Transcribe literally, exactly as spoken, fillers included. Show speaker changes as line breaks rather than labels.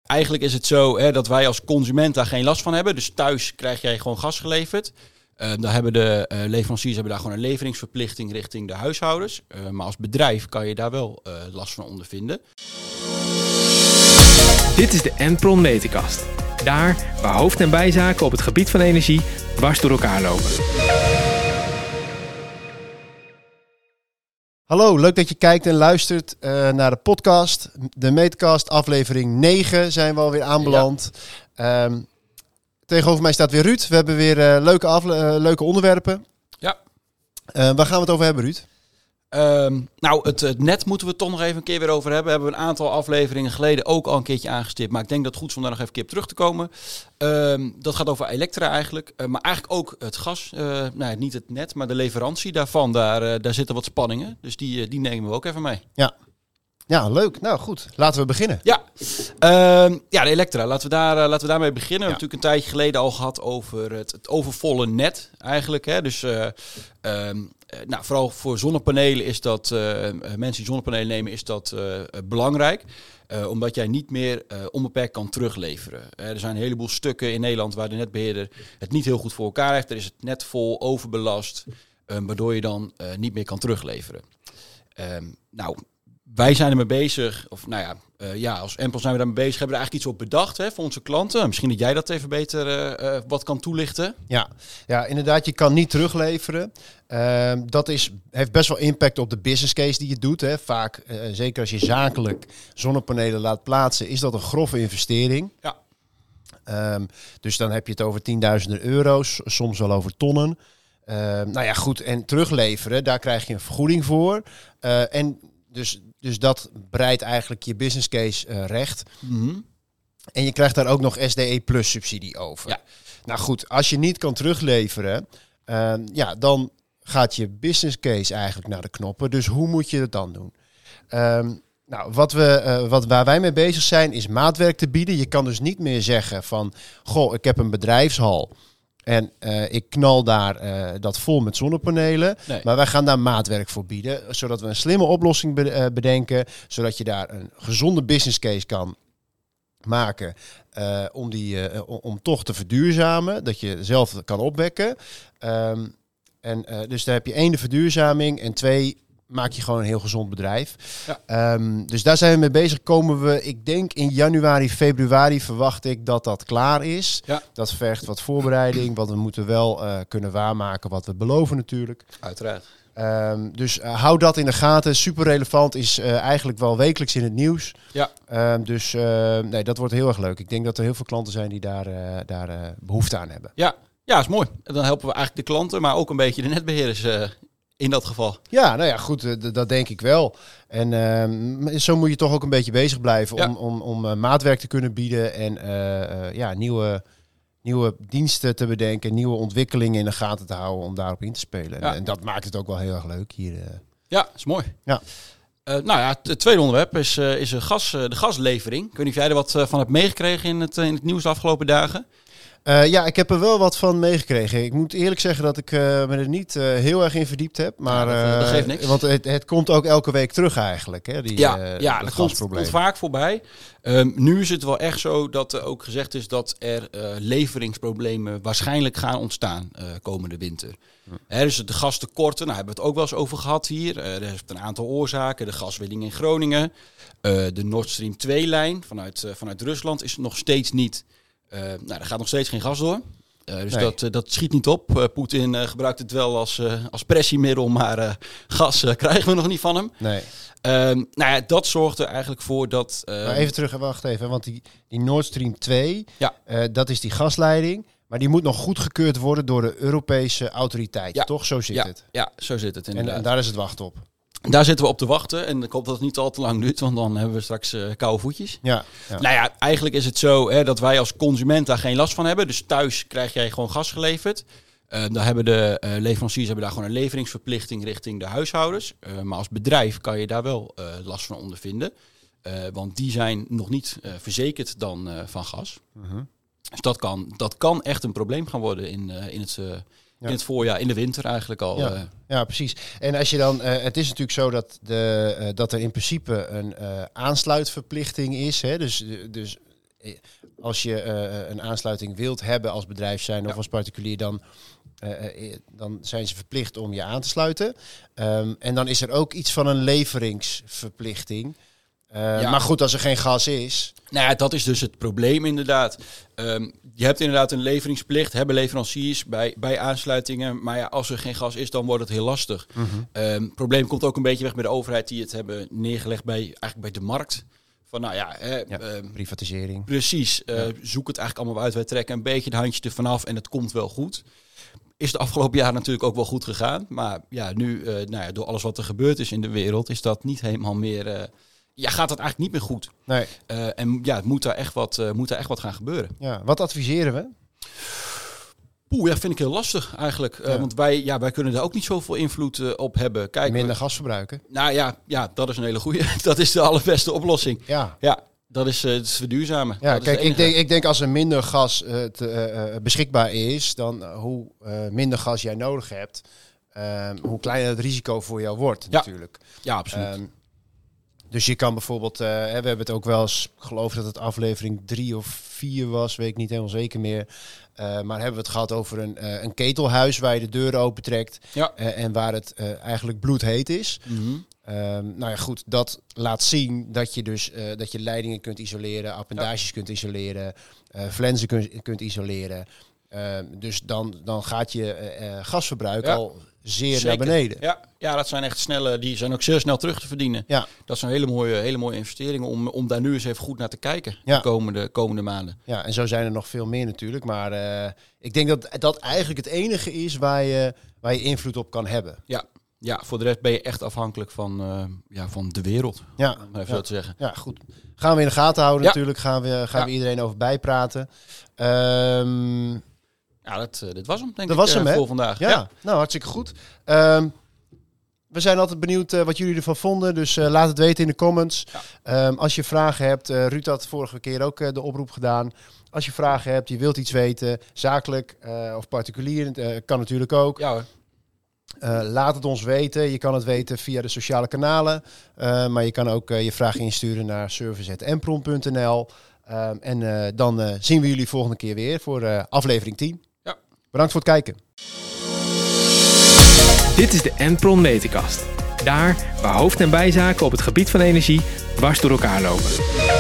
eigenlijk is het zo hè, dat wij als consument daar geen last van hebben. Dus thuis krijg jij gewoon gas geleverd. Uh, dan hebben de uh, leveranciers hebben daar gewoon een leveringsverplichting richting de huishoudens. Uh, maar als bedrijf kan je daar wel uh, last van ondervinden.
Dit is de Enpron Meterkast. Daar waar hoofd- en bijzaken op het gebied van energie dwars door elkaar lopen.
Hallo, leuk dat je kijkt en luistert uh, naar de podcast. De Meterkast, aflevering negen zijn we alweer aanbeland. Ja. Um, tegenover mij staat weer Ruud. We hebben weer uh, leuke, afle- uh, leuke onderwerpen.
Ja.
Uh, waar gaan we het over hebben, Ruud?
Um, nou, het, het net moeten we het toch nog even een keer weer over hebben. Hebben we een aantal afleveringen geleden ook al een keertje aangestipt. Maar ik denk dat het goed is om daar nog even een keer op terug te komen. Um, dat gaat over Electra eigenlijk. Uh, maar eigenlijk ook het gas. Uh, nou, niet het net, maar de leverantie daarvan. Daar, uh, daar zitten wat spanningen. Dus die, uh, die nemen we ook even mee.
Ja. Ja, leuk. Nou goed, laten we beginnen.
Ja, uh, ja de Electra. Laten we, daar, uh, laten we daarmee beginnen. Ja. We hebben natuurlijk een tijdje geleden al gehad over het, het overvolle net eigenlijk. Hè. Dus uh, um, nou, vooral voor zonnepanelen is dat, uh, mensen die zonnepanelen nemen, is dat uh, belangrijk. Uh, omdat jij niet meer uh, onbeperkt kan terugleveren. Uh, er zijn een heleboel stukken in Nederland waar de netbeheerder het niet heel goed voor elkaar heeft. Er is het net vol overbelast, uh, waardoor je dan uh, niet meer kan terugleveren. Uh, nou... Wij zijn ermee bezig, of nou ja, uh, ja als Enpron zijn we daarmee bezig. Hebben we er eigenlijk iets op bedacht hè, voor onze klanten. Misschien dat jij dat even beter uh, uh, wat kan toelichten.
Ja, ja, inderdaad, je kan niet terugleveren. Uh, dat is, heeft best wel impact op de business case die je doet. Hè. Vaak, uh, zeker als je zakelijk zonnepanelen laat plaatsen, is dat een grove investering.
Ja.
Um, dus dan heb je het over tienduizenden euro's, soms wel over tonnen. Uh, nou ja, goed, en terugleveren, daar krijg je een vergoeding voor. Uh, en dus... Dus dat breidt eigenlijk je business case uh, recht.
Mm-hmm.
En je krijgt daar ook nog S D E Plus subsidie over.
Ja.
Nou goed, als je niet kan terugleveren, uh, ja, dan gaat je business case eigenlijk naar de knoppen. Dus hoe moet je het dan doen? Um, nou, wat we, uh, wat, waar wij mee bezig zijn, is maatwerk te bieden. Je kan dus niet meer zeggen van, goh, ik heb een bedrijfshal. En uh, ik knal daar uh, dat vol met zonnepanelen.
Nee. Maar
wij gaan daar maatwerk voor bieden. Zodat we een slimme oplossing be- uh, bedenken. Zodat je daar een gezonde business case kan maken. Uh, om, die, uh, om, om toch te verduurzamen. Dat je zelf kan opwekken. Um, en, uh, dus daar heb je één de verduurzaming. En twee, maak je gewoon een heel gezond bedrijf. Ja. Um, dus daar zijn we mee bezig. Komen we, ik denk in januari, februari verwacht ik dat dat klaar is. Ja. Dat vergt wat voorbereiding. Want we moeten wel uh, kunnen waarmaken wat we beloven natuurlijk.
Uiteraard.
Um, dus uh, hou dat in de gaten. Super relevant, is uh, eigenlijk wel wekelijks in het nieuws.
Ja.
Um, dus uh, nee, dat wordt heel erg leuk. Ik denk dat er heel veel klanten zijn die daar, uh, daar uh, behoefte aan hebben.
Ja. Ja, is mooi. En dan helpen we eigenlijk de klanten, maar ook een beetje de netbeheerders uh, in dat geval.
Ja, nou ja, goed, uh, d- dat denk ik wel. En uh, zo moet je toch ook een beetje bezig blijven ja. om, om, om uh, maatwerk te kunnen bieden en uh, uh, ja, nieuwe, nieuwe diensten te bedenken, nieuwe ontwikkelingen in de gaten te houden om daarop in te spelen. Ja. En, en dat maakt het ook wel heel erg leuk hier. Uh.
Ja, is mooi.
Ja.
Uh, nou ja, het tweede onderwerp is, uh, is een gas, uh, de gaslevering. Ik weet niet of jij er wat uh, van hebt meegekregen in het, uh, in het nieuws de afgelopen dagen.
Uh, ja, ik heb er wel wat van meegekregen. Ik moet eerlijk zeggen dat ik uh, me er niet uh, heel erg in verdiept heb. Maar,
ja, dat, dat geeft
uh,
niks.
Want het, het komt ook elke week terug eigenlijk. Hè, die,
ja,
uh,
ja dat komt, komt vaak voorbij. Um, nu is het wel echt zo dat er ook gezegd is dat er uh, leveringsproblemen waarschijnlijk gaan ontstaan uh, komende winter. Hm. Hè, dus de gastekorten, nou hebben we het ook wel eens over gehad hier. Uh, er heeft een aantal oorzaken. De gaswinning in Groningen. Uh, de Nord Stream twee lijn vanuit, uh, vanuit Rusland is nog steeds niet... Uh, nou, er gaat nog steeds geen gas door. Uh, dus nee. dat, uh, dat schiet niet op. Uh, Poetin uh, gebruikt het wel als, uh, als pressiemiddel, maar uh, gas uh, krijgen we nog niet van hem.
Nee.
Uh, nou ja, dat zorgt er eigenlijk voor dat... Uh,
maar even terug, wacht even, want die, die Nord Stream twee,
ja.
uh, dat is die gasleiding. Maar die moet nog goedgekeurd worden door de Europese autoriteiten,
ja.
toch? Zo zit
ja.
het.
Ja, zo zit het inderdaad.
En, en daar is het wachten op.
Daar zitten we op te wachten en ik hoop dat het niet al te lang duurt, want dan hebben we straks uh, koude voetjes.
Ja, ja.
Nou ja, eigenlijk is het zo hè, dat wij als consument daar geen last van hebben. Dus thuis krijg jij gewoon gas geleverd. Uh, dan hebben de uh, leveranciers hebben daar gewoon een leveringsverplichting richting de huishoudens. Uh, maar als bedrijf kan je daar wel uh, last van ondervinden. Uh, want die zijn nog niet uh, verzekerd dan uh, van gas. Uh-huh. Dus dat kan, dat kan echt een probleem gaan worden in, uh, in het... Uh, Ja. In het voorjaar, in de winter eigenlijk al.
Ja,
uh.
ja precies. En als je dan, uh, het is natuurlijk zo dat, de, uh, dat er in principe een uh, aansluitverplichting is. Hè? Dus, dus als je uh, een aansluiting wilt hebben als bedrijf zijn of ja. als particulier, dan, uh, dan zijn ze verplicht om je aan te sluiten. Um, en dan is er ook iets van een leveringsverplichting. Uh, ja. Maar goed, als er geen gas is...
Nou ja, dat is dus het probleem inderdaad. Um, je hebt inderdaad een leveringsplicht, hebben leveranciers bij, bij aansluitingen. Maar ja, als er geen gas is, dan wordt het heel lastig. Het mm-hmm. um, probleem komt ook een beetje weg bij de overheid die het hebben neergelegd bij, eigenlijk bij de markt. Van nou ja, eh,
ja um, privatisering.
Precies, uh, ja. Zoek het eigenlijk allemaal uit. Wij trekken een beetje de handje ervan af en het komt wel goed. Is de afgelopen jaren natuurlijk ook wel goed gegaan. Maar ja, nu, uh, nou ja, door alles wat er gebeurd is in de wereld, is dat niet helemaal meer... Uh, Ja, gaat dat eigenlijk niet meer goed.
Nee.
Uh, en ja, het moet daar echt wat, uh, moet daar echt wat gaan gebeuren.
Ja, wat adviseren we?
Poeh, ja, vind ik heel lastig eigenlijk. Uh, ja. Want wij, ja, wij kunnen daar ook niet zoveel invloed uh, op hebben. Kijk,
minder
we,
gas verbruiken.
Nou ja, ja, dat is een hele goeie. Dat is de allerbeste oplossing.
Ja.
Ja, dat is, uh, het is verduurzamen.
Ja,
dat
kijk, ik denk, ik denk als er minder gas uh, te, uh, beschikbaar is, dan uh, hoe uh, minder gas jij nodig hebt, uh, hoe kleiner het risico voor jou wordt
ja.
natuurlijk.
Ja, absoluut.
Um, Dus je kan bijvoorbeeld, uh, we hebben het ook wel eens, ik geloof dat het aflevering drie of vier was, weet ik niet helemaal zeker meer. Uh, maar hebben we het gehad over een, uh, een ketelhuis waar je de deuren opentrekt
ja.
uh, en waar het uh, eigenlijk bloedheet is.
Mm-hmm.
Um, nou ja, goed, dat laat zien dat je dus uh, dat je leidingen kunt isoleren, appendages ja. kunt isoleren, uh, flensen kunt, kunt isoleren. Uh, dus dan, dan gaat je uh, uh, gasverbruik ja. al zeer Zeker. naar beneden.
Ja. ja, dat zijn echt snelle, die zijn ook zeer snel terug te verdienen. Ja. Dat zijn hele mooie, hele mooie investeringen om, om daar nu eens even goed naar te kijken ja. de komende, komende maanden.
Ja, en zo zijn er nog veel meer natuurlijk. Maar uh, ik denk dat dat eigenlijk het enige is waar je, waar je invloed op kan hebben.
Ja. Ja, voor de rest ben je echt afhankelijk van, uh, ja, van de wereld.
Ja,
om even
ja.
zo te zeggen.
Ja, goed. Gaan we in de gaten houden
ja.
natuurlijk. Gaan we, gaan
ja.
we iedereen over bijpraten. Um,
ja, dat, uh, dit was hem denk
dat
ik
was hem,
uh,
hè?
voor vandaag.
Ja,
ja,
nou hartstikke goed. Um, we zijn altijd benieuwd uh, wat jullie ervan vonden. Dus uh, laat het weten in de comments. Ja. Um, als je vragen hebt, uh, Ruud had vorige keer ook uh, de oproep gedaan. Als je vragen hebt, je wilt iets weten, zakelijk uh, of particulier, uh, kan natuurlijk ook.
Ja hoor.
Uh, laat het ons weten. Je kan het weten via de sociale kanalen. Uh, maar je kan ook uh, je vraag insturen naar service at enpron punt n l. Uh, en uh, dan uh, zien we jullie volgende keer weer voor uh, aflevering tien.
Ja.
Bedankt voor het kijken.
Dit is de Enpron Meterkast. Daar waar hoofd- en bijzaken op het gebied van energie dwars door elkaar lopen.